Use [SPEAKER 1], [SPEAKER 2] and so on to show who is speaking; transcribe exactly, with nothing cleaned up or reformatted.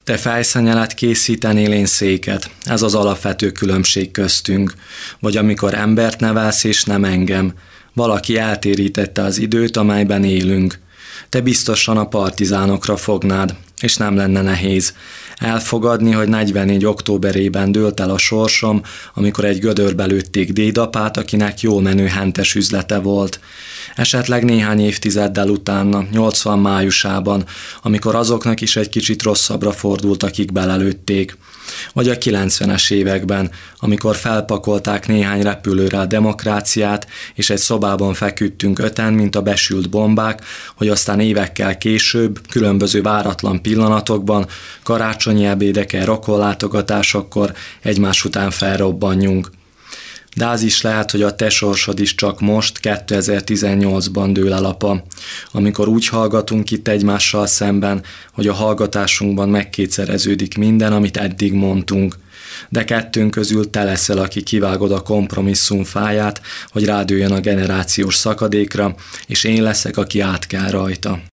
[SPEAKER 1] Te fejszenyelet készítenél, én széket. Ez az alapvető különbség köztünk. Vagy amikor embert nevelsz, és nem engem. Valaki eltérítette az időt, amelyben élünk. Te biztosan a partizánokra fognád, és nem lenne nehéz elfogadni, hogy negyvennégy októberében dőlt el a sorsom, amikor egy gödörbe lőtték dédapát, akinek jól menő hentes üzlete volt. Esetleg néhány évtizeddel utána, nyolcvan májusában, amikor azoknak is egy kicsit rosszabbra fordult, akik belelőtték. Vagy a kilencvenes években, amikor felpakolták néhány repülőre a demokráciát, és egy szobában feküdtünk öten, mint a besült bombák, hogy aztán évekkel később, különböző váratlan pillanatokban, karácsonyi ebédeken, rokonlátogatásokkor egymás után felrobbanjunk. De az is lehet, hogy a te sorsod is csak most, kétezer-tizennyolcban dől el, apa, amikor úgy hallgatunk itt egymással szemben, hogy a hallgatásunkban megkétszereződik minden, amit eddig mondtunk. De kettőnk közül te leszel, aki kivágod a kompromisszum fáját, hogy rádőjön a generációs szakadékra, és én leszek, aki átkel rajta.